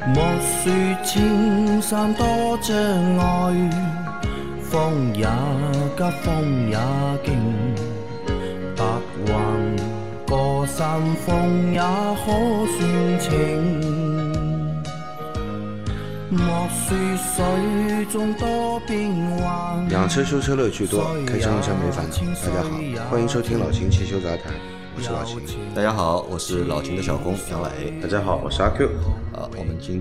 莫说青山多障碍，风也急，风也劲，白云过山峰也可算情。莫说水中多变幻， 养车修车乐趣多，开车用车没烦恼。大家好，欢迎收听老秦汽修杂谈，我是老秦。 大家好，我是老秦的小工杨磊。 大家好，我是阿 Q。 我们今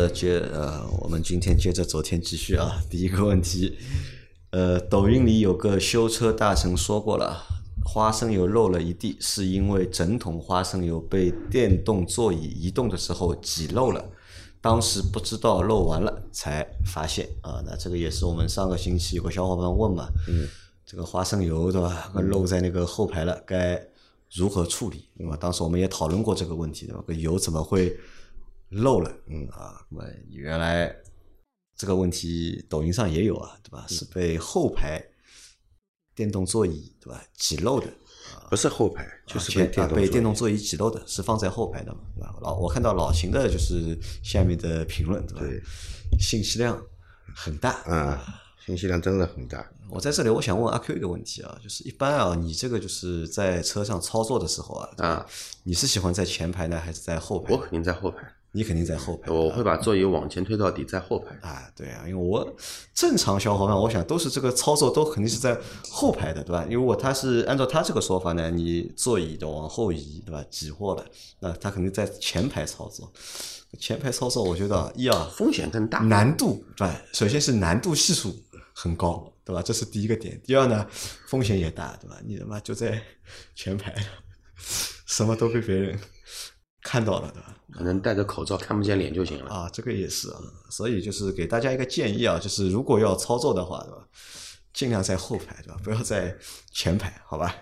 天接着昨天继续啊。第一个问题，抖音里有个修车大神说过了，花生油漏了一地，是因为整桶花生油被电动座椅移动的时候挤漏了。当时不知道漏完了才发现啊，那这个也是我们上个星期有个小伙伴问嘛，这个花生油对吧，漏在那个后排了，该如何处理？对吧？当时我们也讨论过这个问题，对吧？油怎么会漏了？那么原来这个问题抖音上也有啊，对吧？是被后排电动座椅对吧挤漏的。 不是后排，就是被电动座椅挤漏的，是放在后排的嘛，对吧？我看到老秦的就是下面的评论，对吧？ 对， 信息量很大信息量真的很大。 我在这里我想问阿 Q 一个问题啊，就是一般啊，你这个就是在车上操作的时候你是喜欢在前排呢，还是在后排？ 我肯定在后排。 你肯定在后排， 我会把座椅往前推到底，在后排。 对啊，因为我正常小伙伴，我想都是这个操作都肯定是在后排的，对吧？因为如果他是按照他这个说法呢，你座椅的往后移，对吧？挤货的，那他肯定在前排操作。前排操作，我觉得风险更大， 难度对吧？首先是难度系数很高，对吧？这是第一个点。第二呢，风险也大，对吧？你他妈就在前排，什么都被别人看到了，对吧？ 可能戴着口罩看不见脸就行了这个也是所以就是给大家一个建议就是如果要操作的话，对吧？尽量在后排，对吧？不要在前排，好吧？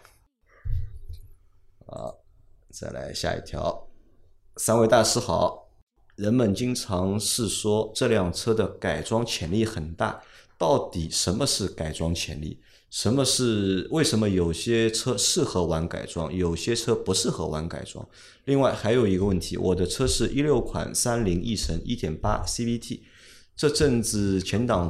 再来下一条，三位大师好，人们经常是说这辆车的改装潜力很大，到底什么是改装潜力？为什么有些车适合玩改装，有些车不适合玩改装？另外还有一个问题，我的车是16款30翼神 1.8 CVT， 这阵子前挡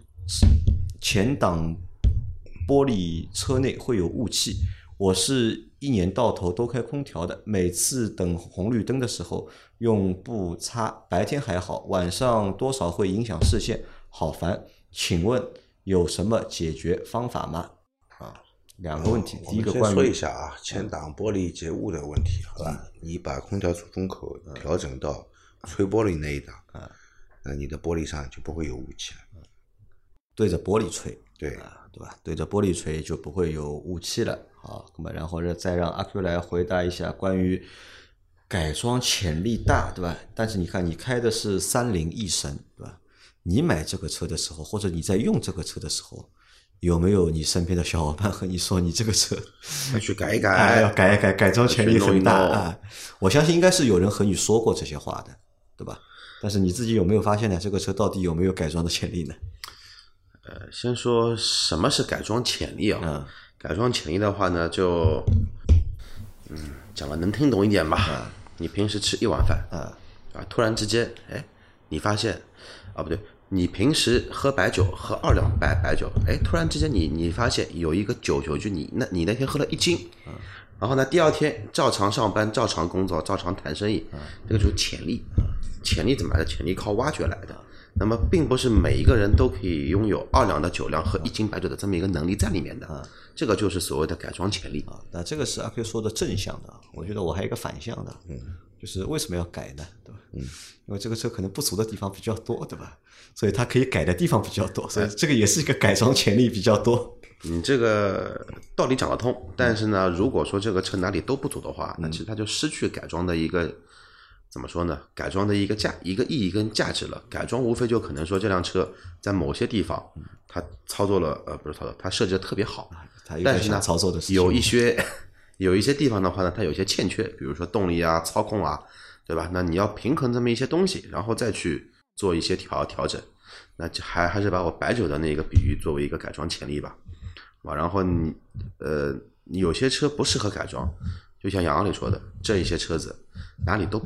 玻璃车内会有雾气，我是一年到头都开空调的，每次等红绿灯的时候用布擦，白天还好，晚上多少会影响视线，好烦，请问有什么解决方法吗？两个问题，第一个关于我们先说一下前挡玻璃结雾的问题，好吧？你把空调出风口调整到吹玻璃那一档那你的玻璃上就不会有雾气了。 对着玻璃吹， 对吧？对着玻璃吹就不会有雾气了。好，那么然后再让阿 Q 来回答一下关于改装潜力大，对吧？但是你看你开的是30翼神，对吧？你买这个车的时候，或者你在用这个车的时候，有没有你身边的小伙伴和你说你这个车要去改一改， 要改一改，改装潜力很大我相信应该是有人和你说过这些话的，对吧？但是你自己有没有发现呢？这个车到底有没有改装的潜力呢？ 先说什么是改装潜力改装潜力的话呢，就讲了能听懂一点吧。你平时吃1碗饭突然之间你发现不对，你平时喝白酒喝2两白酒突然之间你发现有一个酒局，你那天喝了1斤然后呢第二天照常上班，照常工作，照常谈生意这个就是潜力。潜力怎么来的？潜力靠挖掘来的。那么并不是每一个人都可以拥有2两的酒量和1斤白酒的这么一个能力在里面的这个就是所谓的改装潜力那这个是阿 Q 说的正向的，我觉得我还有一个反向的就是为什么要改呢？对吧？因为这个车可能不足的地方比较多，对吧？所以它可以改的地方比较多，所以这个也是一个改装潜力比较多。 你这个道理讲得通，但是呢，如果说这个车哪里都不足的话，那其实它就失去改装的一个怎么说呢？改装的一个意义跟价值了。改装无非就可能说这辆车在某些地方它操作了不是操作，它设计的特别好，但是呢， 操作的有一些地方的话呢，它有一些欠缺，比如说动力操控对吧？那你要平衡这么一些东西，然后再去做一些调整。那还是把我白酒的那个比喻作为一个改装潜力吧。然后你有些车不适合改装，就像杨里说的，这一些车子哪里都不足，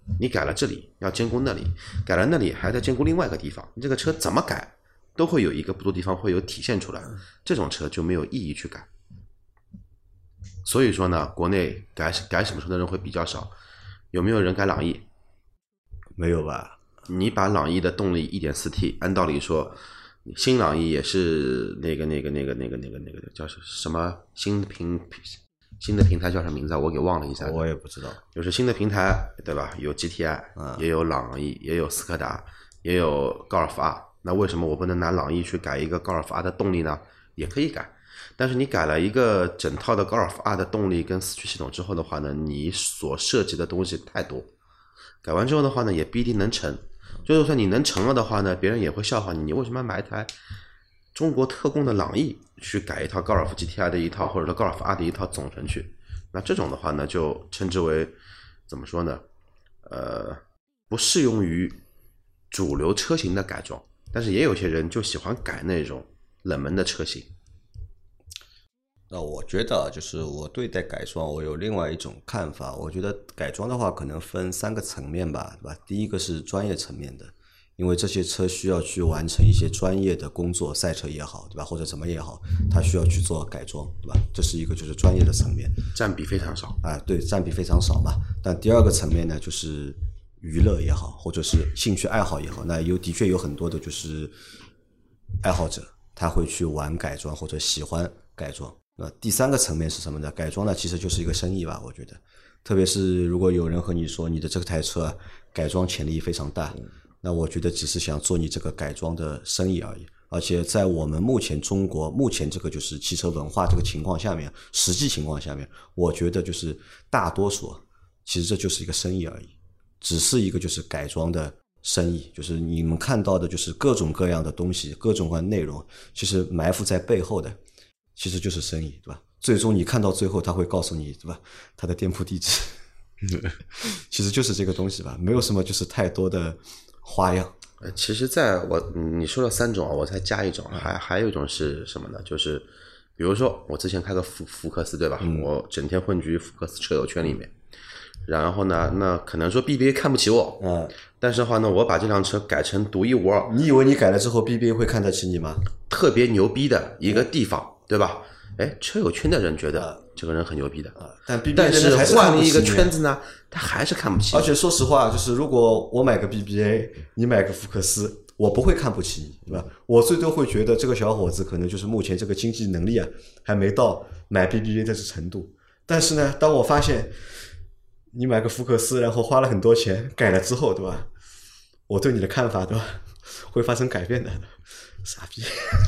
你改了这里要兼顾那里，改了那里还在兼顾另外一个地方，你这个车怎么改都会有一个不足地方会有体现出来，这种车就没有意义去改。所以说呢，国内改什么车的人会比较少。有没有人改朗逸？ 没有吧？ 你把朗逸的动力 1.4T， 按道理说新朗逸也是那个叫什么新的平台叫什么名字我给忘了一下。 我也不知道。 就是新的平台对吧？有 GTI，也有朗逸，也有斯柯达，也有高尔夫 R。那为什么我不能拿朗逸去改一个高尔夫 R 的动力呢？也可以改。但是你改了一个整套的高尔夫 R 的动力跟四驱系统之后的话呢，你所涉及的东西太多，改完之后的话呢，也不一定能成。就算你能成了的话呢，别人也会笑话你，你为什么买一台中国特供的朗逸去改一套高尔夫 GTI 的一套，或者说高尔夫 R 的一套总成去？那这种的话呢，就称之为怎么说呢？不适用于主流车型的改装，但是也有些人就喜欢改那种冷门的车型。 那我觉得就是我对待改装我有另外一种看法，我觉得改装的话可能分3个层面吧，对吧？第一个是专业层面的，因为这些车需要去完成一些专业的工作，赛车也好，对吧？或者怎么也好，它需要去做改装，对吧？这是一个就是专业的层面， 占比非常少啊，对，占比非常少嘛。但第二个层面呢，就是娱乐也好，或者是兴趣爱好也好，那的确有很多的就是爱好者，他会去玩改装或者喜欢改装。第3个层面是什么呢？改装呢其实就是一个生意吧，我觉得。特别是如果有人和你说你的这台车改装潜力非常大，那我觉得只是想做你这个改装的生意而已。而且在我们中国目前这个就是汽车文化这个情况下面，实际情况下面，我觉得就是大多数其实这就是一个生意而已，只是一个就是改装的生意，就是你们看到的就是各种各样的东西，各种各样的内容，其实埋伏在背后的其实就是生意，对吧？最终你看到最后他会告诉你，对吧？他的店铺地址其实就是这个东西吧，没有什么就是太多的花样。 其实你说了3种，我再加一种，还有一种是什么呢？就是比如说我之前开个福克斯，对吧？我整天混居福克斯车友圈里面，然后呢，那可能说 BBA 看不起我，但是的话呢，我把这辆车改成独一无二。 你以为你改了之后 BBA 会看得起你吗？ 特别牛逼的一个地方，对吧？车友圈的人觉得这个人很牛逼的，但是换了一个圈子呢，他还是看不起。 而且说实话，就是如果我买个 BBA， 你买个福克斯，我不会看不起你，对吧？我最多会觉得这个小伙子可能就是目前这个经济能力还没到买 BBA 的程度。但是呢，当我发现你买个福克斯，然后花了很多钱改了之后，对吧？我对你的看法，对吧？会发生改变的。傻逼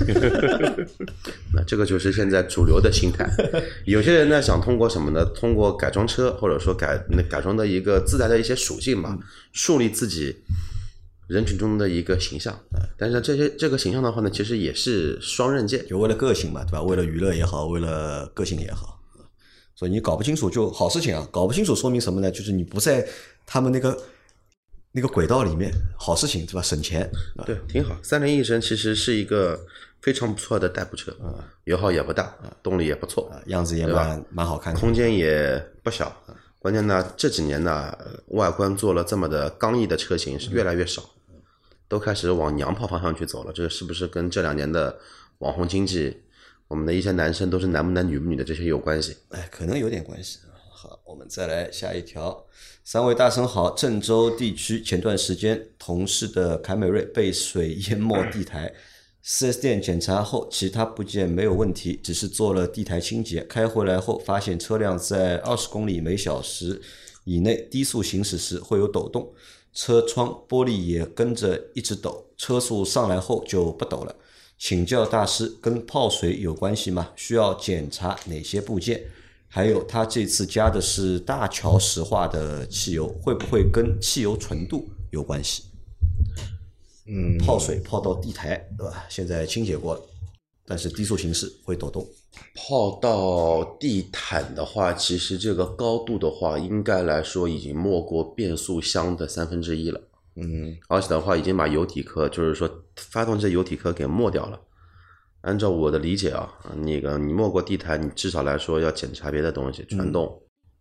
那这个就是现在主流的心态。有些人呢想通过什么呢？通过改装车或者说改装的一个自带的一些属性吧，树立自己人群中的一个形象。但是这个形象的话呢，其实也是双刃剑， 就为了个性嘛，对吧？为了娱乐也好，为了个性也好。所以你搞不清楚就好事情啊，搞不清楚说明什么呢？就是你不在他们那个轨道里面，好事情，对吧？省钱， 对，挺好。301升其实是一个非常不错的代步车，油耗也不大，动力也不错， 样子也蛮好看的， 空间也不小。关键呢，这几年呢，外观做了这么的刚毅的车型是越来越少，都开始往娘炮方向去走了。这个是不是跟这2年的网红经济，我们的一些男生都是男不男女不女的这些有关系？ 可能有点关系。好，我们再来下一条。3位大神好，郑州地区前段时间同事的凯美瑞被水淹没地台，4S 店检查后其他部件没有问题，只是做了地台清洁，开回来后发现车辆在20公里每小时以内低速行驶时会有抖动，车窗玻璃也跟着一直抖，车速上来后就不抖了。请教大师，跟泡水有关系吗？需要检查哪些部件？还有他这次加的是大桥石化的汽油，会不会跟汽油纯度有关系？泡水泡到地台，对吧？现在清洁过了，但是低速行驶会抖动。 泡到地毯的话，其实这个高度的话，应该来说已经没过变速箱的1/3了。而且的话，已经把油底壳，就是说发动机油底壳给没掉了。按照我的理解啊，你没过地台，你至少来说要检查别的东西，传动，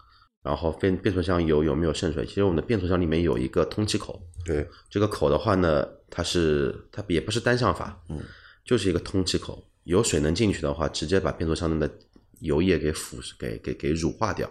然后变速箱油有没有渗水。其实我们的变速箱里面有一个通气口， 对， 这个口的话呢，它也不是单向阀，就是一个通气口，有水能进去的话，直接把变速箱的油液给乳化掉。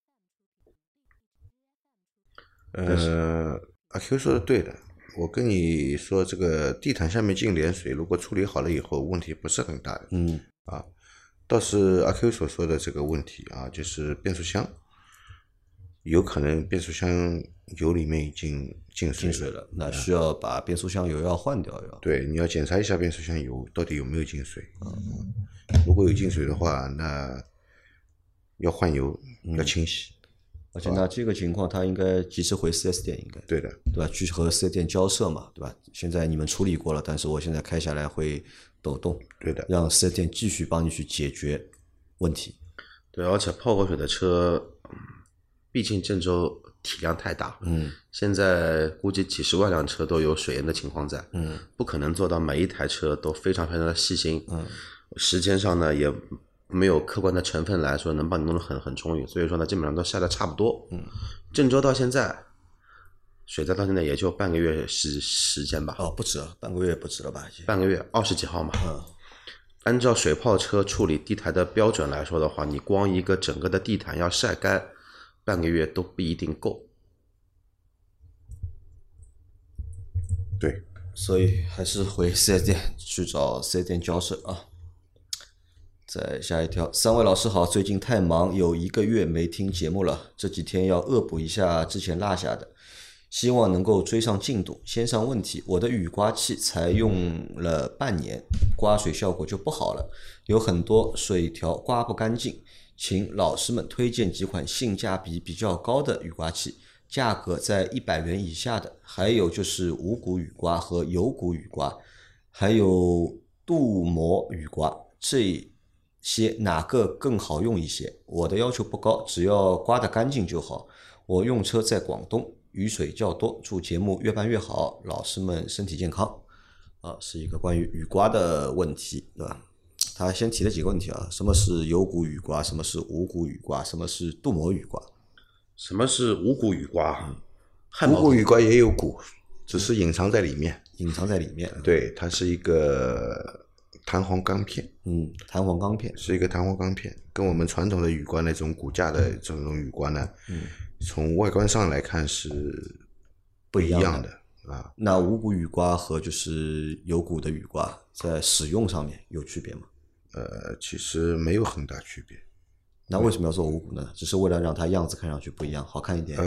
阿 Q 说的对的，我跟你说，这个地毯下面进点水，如果处理好了以后，问题不是很大的。倒是阿 Q 所说的这个问题啊，就是变速箱有可能变速箱油里面已经进水了， 那需要把变速箱油要换掉要。 对，你要检查一下变速箱油到底有没有进水。如果有进水的话，那要换油，要清洗。 而且那这个情况，他应该及时回 4S 店，应该对的， 对吧？去和4S 店交涉嘛，对吧？现在你们处理过了，但是我现在开下来会抖动， 对的， 让4S 店继续帮你去解决问题。 对，而且泡过水的车，毕竟郑州体量太大，现在估计几十万辆车都有水淹的情况在，不可能做到每一台车都非常非常的细心，时间上呢也没有客观的成分来说能帮你弄得很充裕，所以说呢基本上都下的差不多。郑州到现在水灾到现在也就半个月时间吧。 不止，半个月不止了吧？ 半个月20几号嘛。按照水泡车处理地台的标准来说的话，你光一个整个的地毯要晒干，半个月都不一定够。 对， 所以还是回 4S 店去找 4S 店交涉啊。再下一条，3位老师好，最近太忙，有1个月没听节目了，这几天要恶补一下之前落下的，希望能够追上进度。先上问题，我的雨刮器才用了半年，刮水效果就不好了，有很多水条刮不干净，请老师们推荐几款性价比比较高的雨刮器，价格在100元以下的，还有就是无骨雨刮和有骨雨刮，还有镀膜雨刮，这些哪个更好用一些？我的要求不高，只要刮得干净就好。我用车在广东，雨水较多，祝节目越办越好，老师们身体健康。是一个关于雨刮的问题，对吧？他先提了几个问题啊，什么是有骨雨刮，什么是无骨雨刮，什么是镀膜雨刮？ 什么是无骨雨刮？ 无骨雨刮也有骨，只是隐藏在里面。对，它是一个弹簧钢片， 弹簧钢片是一个弹簧钢片，跟我们传统的雨刮那种骨架的这种雨刮呢，从外观上来看是不一样的啊。 那无骨雨刮和就是有骨的雨刮在使用上面有区别吗？ 其实没有很大区别。 那为什么要做无骨呢？只是为了让它样子看上去不一样，好看一点？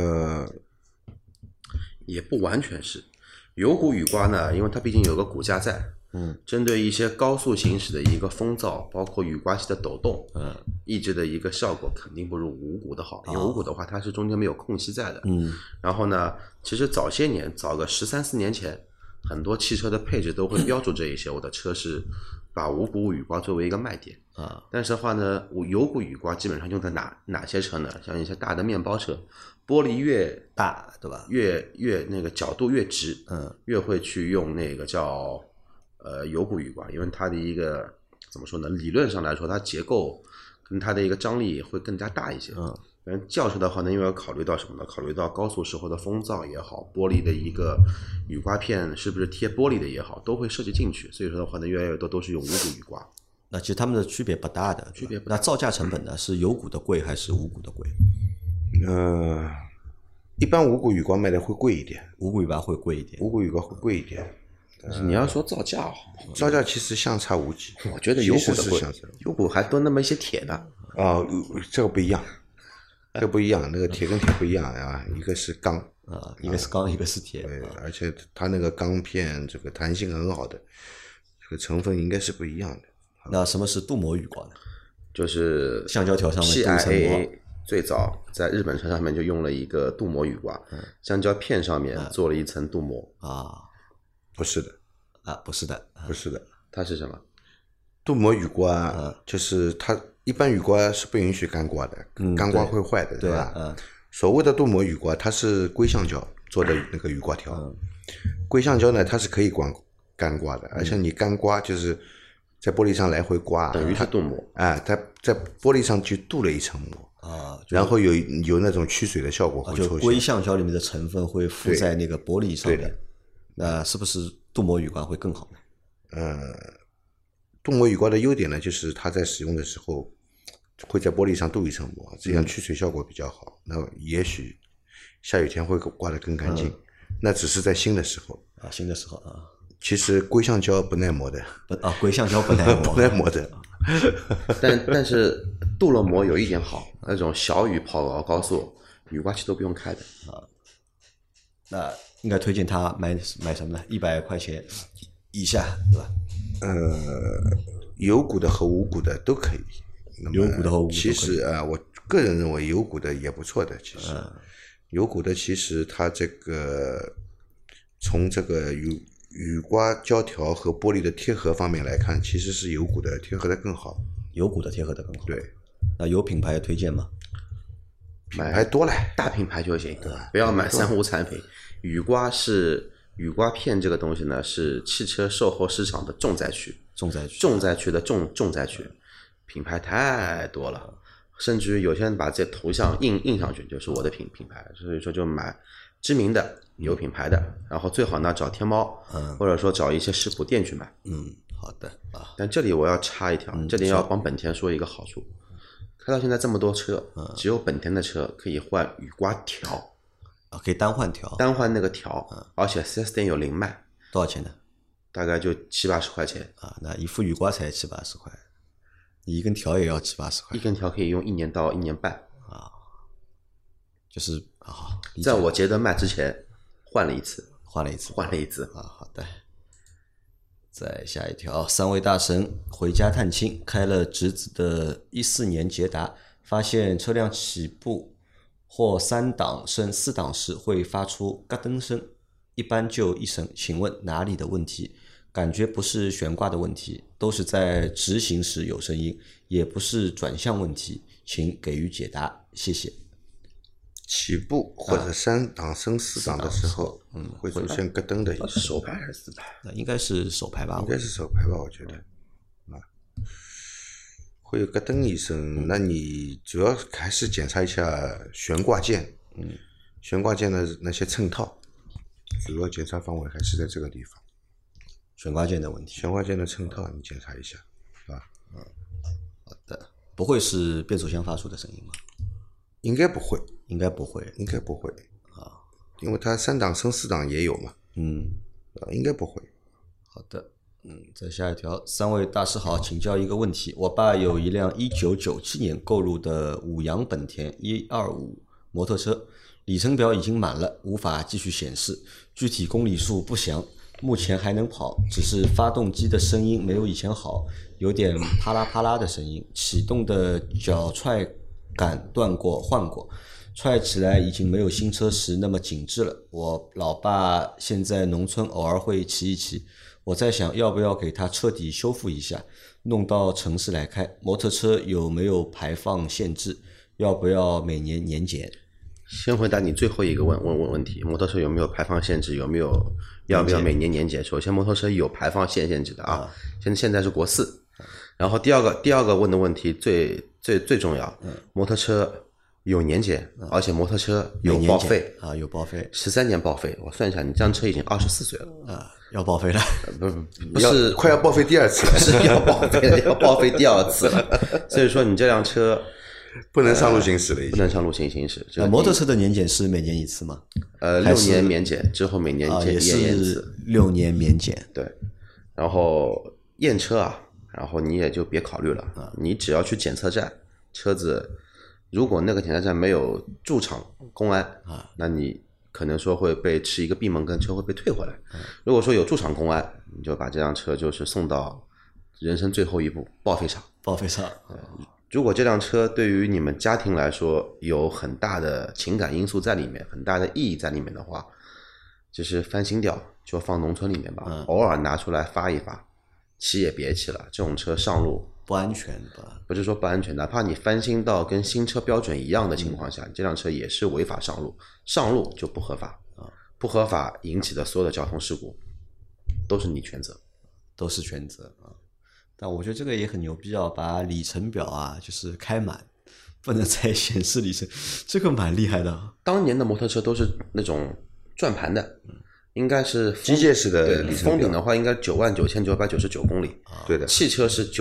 也不完全是。有骨雨刮呢，因为它毕竟有个骨架在。针对一些高速行驶的一个风噪，包括雨刮器的抖动，抑制的一个效果肯定不如无骨的好。因为无骨的话，它是中间没有空隙在的。然后呢，其实早个13、14年前，很多汽车的配置都会标注这一些。我的车是把无骨雨刮作为一个卖点但是的话呢，有骨雨刮基本上用在哪些车呢？像一些大的面包车，玻璃越大，对吧？ 越那个角度越直，越会去用那个叫有骨雨刮，因为它的一个怎么说呢？理论上来说，它结构跟它的一个张力会更加大一些。轿车的话呢，因为要考虑到什么呢？考虑到高速时候的风噪也好，玻璃的一个雨刮片是不是贴玻璃的也好，都会设计进去。所以说的话呢，越来越多都是用无骨雨刮。 那其实它们的区别不大的，那造价成本呢，是有骨的贵还是无骨的贵？ 一般无骨雨刮卖的会贵一点， 无骨雨刮会贵一点。 但是你要说造价造价其实相差无几。 我觉得有骨的贵，有骨还多那么一些铁的。 这个不一样，那个铁跟铁不一样啊，一个是钢一个是钢，一个是铁。 对，而且它那个钢片这个弹性很好的，这个成分应该是不一样的。 那什么是镀膜雨刮呢？ 就是橡胶条上面镀层膜。 最早在日本车上面就用了一个镀膜雨刮，橡胶片上面做了一层镀膜。 不是的， 不是的， 它是什么？ 镀膜雨刮就是它一般雨刮是不允许干刮的，干刮会坏的，对吧？所谓的镀膜雨刮，它是硅橡胶做的那个雨刮条。硅橡胶呢，它是可以干刮的，而且你干刮就是在玻璃上来回刮， 等于是镀膜。 它在玻璃上去镀了一层膜。 啊， 然后有那种驱水的效果会出现。 就硅橡胶里面的成分会附在那个玻璃上面，那是不是镀膜雨刮会更好呢？ 镀膜雨刮的优点呢，就是它在使用的时候会在玻璃上镀一层膜，这样驱水效果比较好。那也许下雨天会刮得更干净，那只是在新的时候啊，新的时候啊。 其实硅橡胶不耐磨的， 硅橡胶不耐磨， 不耐磨的。 但是镀了膜有一点好，那种小雨跑高速，雨刮器都不用开的啊。 那应该推荐他买什么呢？100块钱以下，对吧？ 有骨的和无骨的都可以。 有骨的和无骨的其实我个人认为有骨的也不错的。其实有骨的其实它这个从这个雨刮胶条和玻璃的贴合方面来看，其实是有骨的贴合的更好。 有骨的贴合的更好。 对。 那有品牌推荐吗？ 品牌多了， 大品牌就行，不要买三无产品。雨刮片这个东西呢，是汽车售后市场的重灾区的重灾区，品牌太多了，甚至于有些人把这头像印上去，就是我的品牌，所以说就买知名的有品牌的，然后最好呢找天猫，或者说找一些食谱店去买。 好的啊。 但这里我要插一条，这里要帮本田说一个好处，开到现在这么多车，只有本田的车可以换雨刮条， 可以单换条， 单换那个条，而且 4S 店有零卖。 多少钱呢？ 大概就70-80块钱啊。那一副雨刮才70-80块，你一根条也要70-80块。 一根条可以用1年到1年半啊，就是在我捷德卖之前换了一次啊。好的。再下一条，3位大神回家探亲，开了侄子的14年捷达，发现车辆起步或3档升4档时会发出嘎噔声，一般就1声，请问哪里的问题？感觉不是悬挂的问题，都是在直行时有声音，也不是转向问题，请给予解答，谢谢。 起步或者3档升4档的时候，会出现咯噔的一声。 手排还是自排？ 那应该是手排吧？ 应该是手排吧，我觉得。会有咯噔一声，那你主要还是检查一下悬挂件，悬挂件的那些衬套，主要检查范围还是在这个地方。 悬挂件的问题， 悬挂件的衬套你检查一下，是吧？ 好的。不会是变速箱发出的声音吗？ 应该不会啊， 因为它3档升4档也有嘛。应该不会。 好的。再下一条，3位大师好，请教一个问题。我爸有一辆1997年购入的五羊本田125摩托车，里程表已经满了，无法继续显示，具体公里数不详，目前还能跑，只是发动机的声音没有以前好，有点啪啦啪啦的声音，启动的脚踹杆断过换过，踹起来已经没有新车时那么紧致了。我老爸现在农村偶尔会骑一骑，我在想要不要给他彻底修复一下，弄到城市来开。摩托车有没有排放限制？要不要每年年检？ 先回答你最后一个问题，摩托车有没有排放限制？要不要每年年检？首先，摩托车有排放限制的啊，现在是国4。然后第二个问的问题最重要，摩托车有年检，而且摩托车有报废啊，有报废 ，13年报废。我算一下，你这辆车已经24岁了啊，要报废了？ 不是快要报废第2次了， 是要报废了，要报废第2次了。所以说你这辆车不能上路行驶了， 不能上路行驶。 摩托车的年检是每年一次吗 ？6年免检之后每年也是 6年免检。 对，然后验车啊，然后你也就别考虑了，你只要去检测站，车子如果那个检测站没有驻场公安那你可能说会被吃一个闭门羹，车会被退回来。如果说有驻场公安，你就把这辆车就是送到人生最后一步报废厂。如果这辆车对于你们家庭来说有很大的情感因素在里面，很大的意义在里面的话，就是翻新掉，就放农村里面吧，偶尔拿出来发一发，骑也别骑了，这种车上路不安全吧？ 不是说不安全，哪怕你翻新到跟新车标准一样的情况下，这辆车也是违法上路，上路就不合法不合法引起的所有的交通事故都是你全责， 都是全责啊。但我觉得这个也很牛逼啊，把里程表啊就是开满， 不能再显示里程，这个蛮厉害的。 当年的摩托车都是那种转盘的，应该是机械式的里程表， 封顶的话应该99999公里， 对的。 汽车是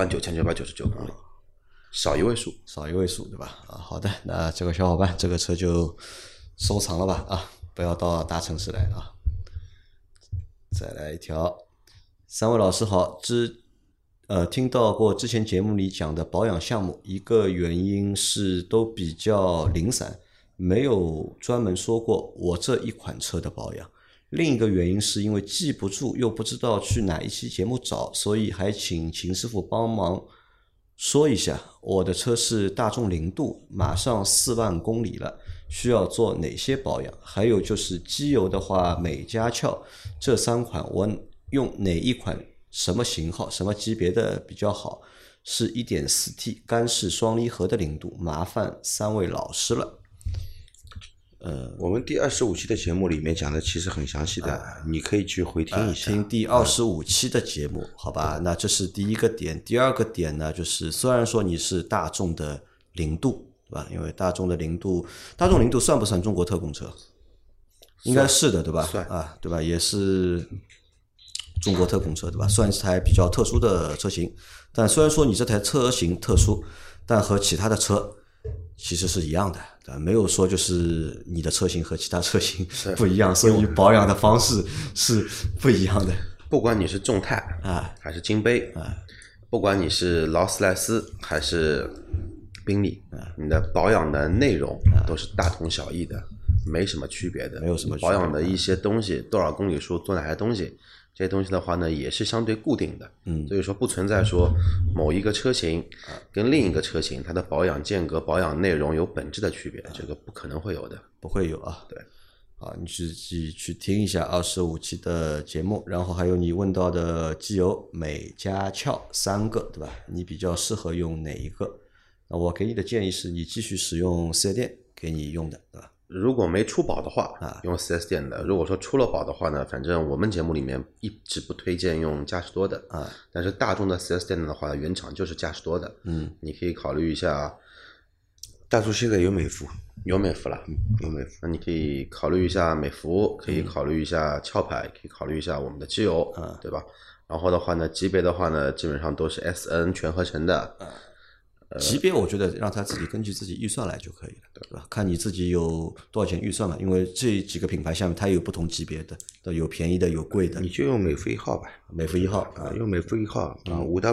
999999公里，少一位数， 对吧？啊，好的，那这个小伙伴，这个车就收藏了吧，啊，不要到大城市来啊。再来一条，三位老师好，听到过之前节目里讲的保养项目，一个原因是都比较零散，没有专门说过我这一款车的保养。另一个原因是因为记不住，又不知道去哪一期节目找，所以还请秦师傅帮忙说一下。我的车是大众零度，马上4万公里了，需要做哪些保养？还有就是机油的话，美加壳这3款我用哪一款？什么型号、什么级别的比较好？是 1.4T 干式双离合的零度，麻烦3位老师了。 我们第25期的节目里面讲的其实很详细的，你可以去回听一下。 听第25期的节目，好吧？那这是第一个点。第二个点呢，就是虽然说你是大众的零度，对吧？因为大众零度算不算中国特供车？应该是的，对吧？ 算啊，对吧？也是中国特供车，对吧？算是台比较特殊的车型，但虽然说你这台车型特殊，但和其他的车其实是一样的，对吧？没有说就是你的车型和其他车型不一样，所以保养的方式是不一样的。 不管你是众泰啊，还是金杯啊，不管你是劳斯莱斯还是宾利，你的保养的内容都是大同小异的，没什么区别的。 没有什么区别。 保养的一些东西，多少公里数做哪些东西。这些东西的话呢，也是相对固定的，所以说不存在说某一个车型跟另一个车型它的保养间隔、保养内容有本质的区别，这个不可能会有的， 不会有啊。 对， 好，你自己去听一下25期的节目，然后还有你问到的机油、美加壳3个，对吧？你比较适合用哪一个？那我给你的建议是你继续使用4S店给你用的，对吧？ 如果没出保的话，用 4S 店的；如果说出了保的话呢，反正我们节目里面一直不推荐用嘉实多的但是大众的 4S 店的话，原厂就是嘉实多的，你可以考虑一下。 大众现在有美孚了， 有美孚，那你可以考虑一下美孚，可以考虑一下壳牌，可以考虑一下我们的机油，对吧？然后的话呢，级别的话呢，基本上都是 SN 全合成的。 级别我觉得让他自己根据自己预算来就可以了，对吧？看你自己有多少钱预算嘛，因为这几个品牌下面它有不同级别的，有便宜的，有贵的。 你就用美孚1号吧， 美孚1号啊，用美孚1号啊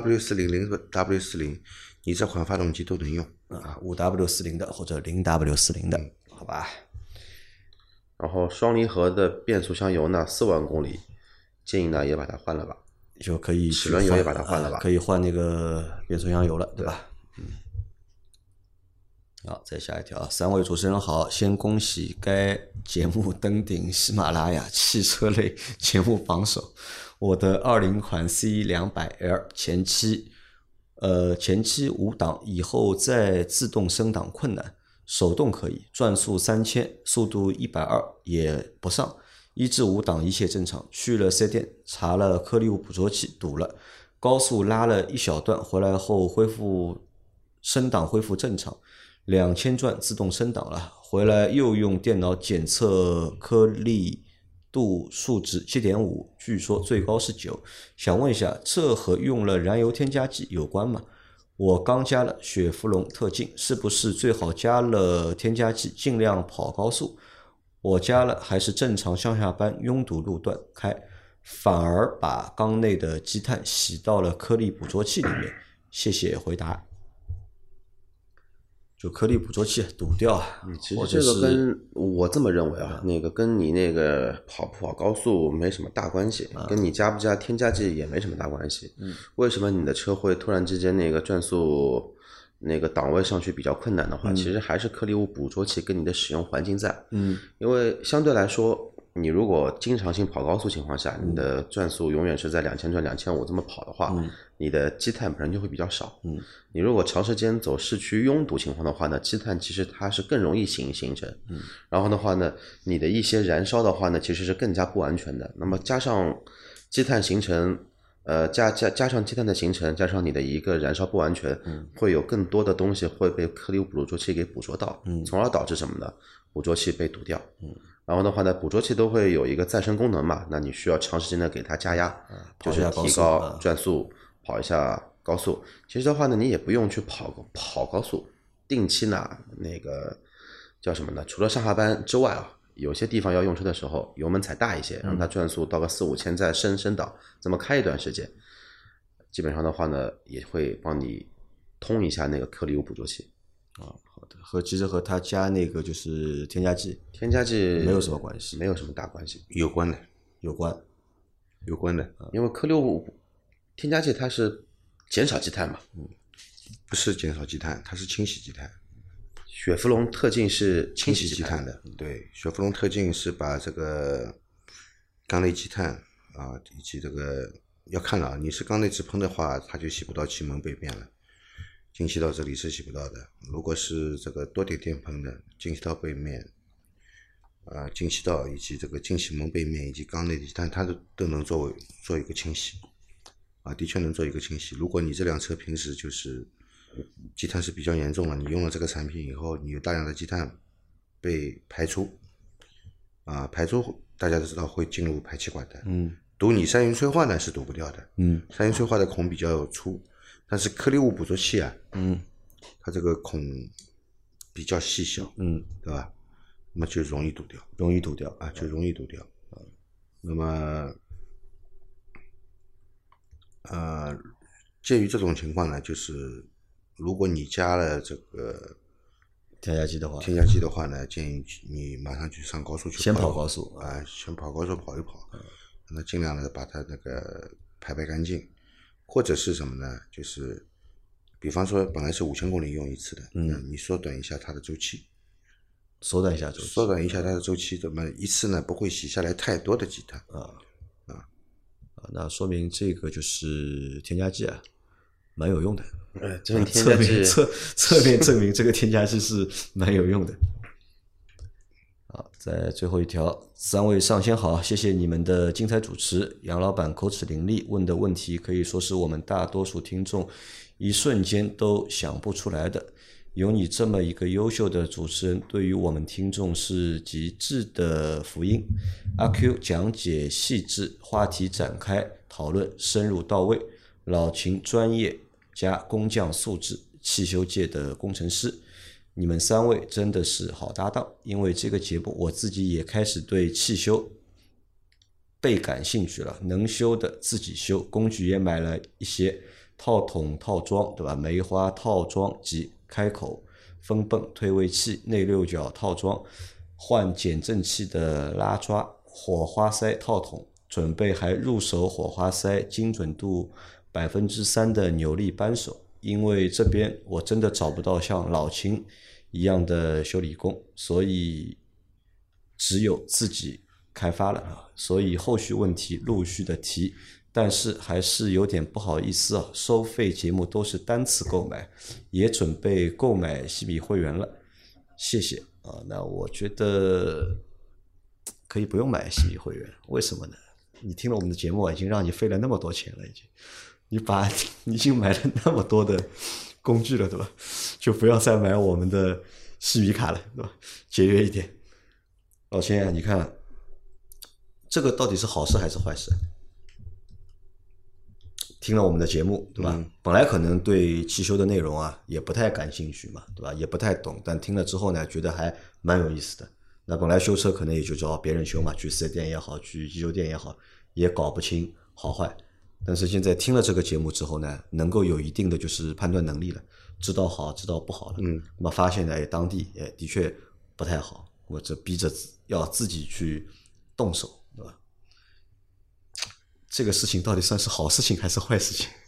，5W40、0W40，你这款发动机都能用啊，5W40的或者0W40的，好吧？ 然后双离合的变速箱油呢，4万公里，建议呢也把它换了吧， 就可以齿轮油也把它换了吧， 可以换那个变速箱油了，对吧？好，再下一条，3位主持人好，先恭喜该节目登顶喜马拉雅汽车类节目榜首。我的20款 C200L 前期5档，以后再自动升档困难，手动可以，转速3000，速度120也不上，1至5档一切正常。去了4店查了颗粒物捕捉器堵了，高速拉了一小段，回来后升档恢复正常。2000转自动升档了，回来又用电脑检测颗粒度数值 7.5， 据说最高是9。想问一下，这和用了燃油添加剂有关吗？我刚加了雪佛龙特进，是不是最好加了添加剂尽量跑高速？我加了还是正常上下班拥堵路段开，反而把缸内的积碳洗到了颗粒捕捉器里面。谢谢回答。就颗粒捕捉器堵掉啊， 其实这个跟我这么认为啊，那个跟你那个跑不跑高速没什么大关系，跟你加不加添加剂也没什么大关系。为什么你的车会突然之间那个转速那个档位上去比较困难的话，其实还是颗粒物捕捉器跟你的使用环境在。因为相对来说，你如果经常性跑高速情况下，你的转速永远是在2000转、2500这么跑的话，你的积碳本身就会比较少。你如果长时间走市区拥堵情况的话呢，积碳其实它是更容易形成。然后的话呢，你的一些燃烧的话呢，其实是更加不安全的。那么加上积碳形成， 加上积碳的形成，加上你的一个燃烧不完全，会有更多的东西会被颗粒物捕捉器给捕捉到，从而导致什么呢？捕捉器被堵掉。然后的话呢，捕捉器都会有一个再生功能嘛，那你需要长时间的给它加压，就是提高转速，跑一下高速。其实的话呢，你也不用去跑高速，定期呢那个叫什么呢？除了上下班之外啊。有些地方要用车的时候，油门踩大一些，让它转速到个4-5千，再升档，这么开一段时间，基本上的话呢，也会帮你通一下那个颗粒物捕捉器。 好的，其实和它加那个就是添加剂没有什么关系， 没有什么大关系。 有关的， 因为颗粒物添加剂它是减少积碳嘛， 不是减少积碳，它是清洗积碳。 雪佛龙特净是清洗积碳的，对，雪佛龙特净是把这个缸内积碳啊，以及这个要看了，你是缸内直喷的话，它就洗不到气门背面了，进气道这里是洗不到的。如果是这个多点电喷的，进气道背面进气道以及这个进气门背面以及缸内积碳，它都能做一个清洗的确能做一个清洗。如果你这辆车平时就是积碳是比较严重了，你用了这个产品以后，你有大量的积碳被排出大家都知道会进入排气管的，堵你三元催化呢是堵不掉的，三元催化的孔比较粗，但是颗粒物捕捉器它这个孔比较细小，对吧？那么就容易堵掉，就容易堵掉。那么介于这种情况呢，就是如果你加了这个添加剂的话呢，建议你马上去上高速去先跑高速先跑高速跑一跑，那尽量的把它那个排干净，或者是什么呢？就是比方说本来是5000公里用一次的，你缩短一下它的周期， 缩短一下它的周期，怎么一次呢不会洗下来太多的积碳那说明这个就是添加剂蛮有用的。 这添加剂侧面证明这个添加剂是蛮有用的。好，在最后一条，3位上仙好，谢谢你们的精彩主持。杨老板口齿伶俐，问的问题可以说是我们大多数听众一瞬间都想不出来的。有你这么一个优秀的主持人，对于我们听众是极致的福音。阿 Q 讲解细致，话题展开，讨论深入到位，老秦专业加工匠素质，汽修界的工程师。你们3位真的是好搭档，因为这个节目我自己也开始对汽修倍感兴趣了，能修的自己修，工具也买了一些套筒套装，对吧？梅花套装及开口风泵推位器、内六角套装、换减震器的拉抓、火花塞套筒，准备还入手火花塞精准度3%的扭力扳手。因为这边我真的找不到像老秦一样的修理工，所以只有自己开发了，所以后续问题陆续的提，但是还是有点不好意思收费节目都是单次购买，也准备购买西米会员了，谢谢那我觉得可以不用买西米会员，为什么呢？你听了我们的节目已经让你费了那么多钱了，你已经买了那么多的工具了，对吧？就不要再买我们的西米卡了，对吧？节约一点。老千你看这个到底是好事还是坏事？听了我们的节目，对吧？本来可能对汽修的内容也不太感兴趣嘛，对吧？也不太懂，但听了之后呢，觉得还蛮有意思的。那本来修车可能也就找别人修嘛，去4S店也好，去汽修店也好，也搞不清好坏。但是现在听了这个节目之后呢，能够有一定的就是判断能力了，知道好知道不好了。那么发现呢，当地的确不太好，或者逼着要自己去动手，对吧？这个事情到底算是好事情还是坏事情？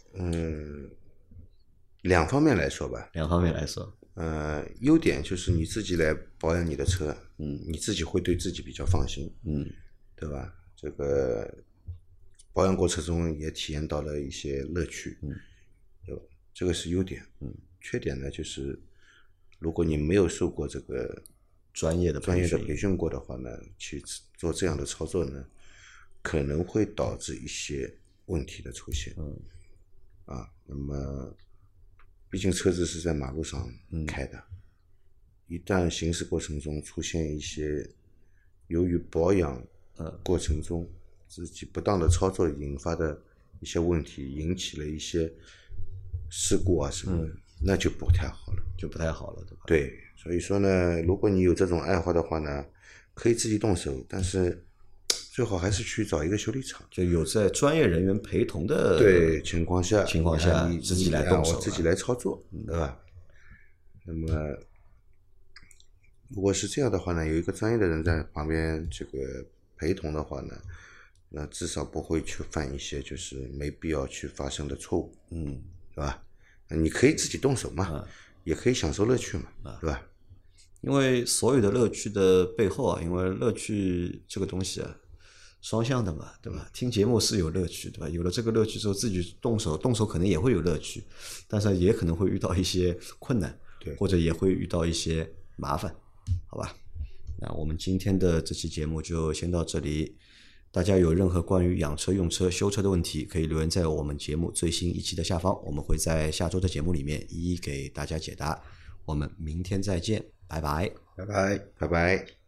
两方面来说吧。优点就是你自己来保养你的车，你自己会对自己比较放心，对吧？这个保养过程中也体验到了一些乐趣，对吧？这个是优点。缺点呢，就是如果你没有受过这个专业的培训过的话呢，去做这样的操作呢，可能会导致一些问题的出现。那么毕竟车子是在马路上开的，一旦行驶过程中出现一些由于保养过程中自己不当的操作引发的一些问题，引起了一些事故啊什么的，那就不太好了， 对吧？ 对，所以说呢，如果你有这种爱好的话呢，可以自己动手，但是最好还是去找一个修理厂， 就有在专业人员陪同的对情况下你自己来动手， 我自己来操作，对吧？那么如果是这样的话呢，有一个专业的人在旁边这个陪同的话呢，那至少不会去犯一些就是没必要去发生的错误，是吧？你可以自己动手嘛，也可以享受乐趣嘛，对吧？ 因为所有的乐趣的背后啊，因为乐趣这个东西啊，双向的嘛，对吧？听节目是有乐趣，对吧？有了这个乐趣之后，自己动手可能也会有乐趣，但是也可能会遇到一些困难， 对， 或者也会遇到一些麻烦，好吧？那我们今天的这期节目就先到这里。大家有任何关于养车、用车、修车的问题，可以留言在我们节目最新一期的下方，我们会在下周的节目里面一一给大家解答。我们明天再见，拜拜， 拜拜。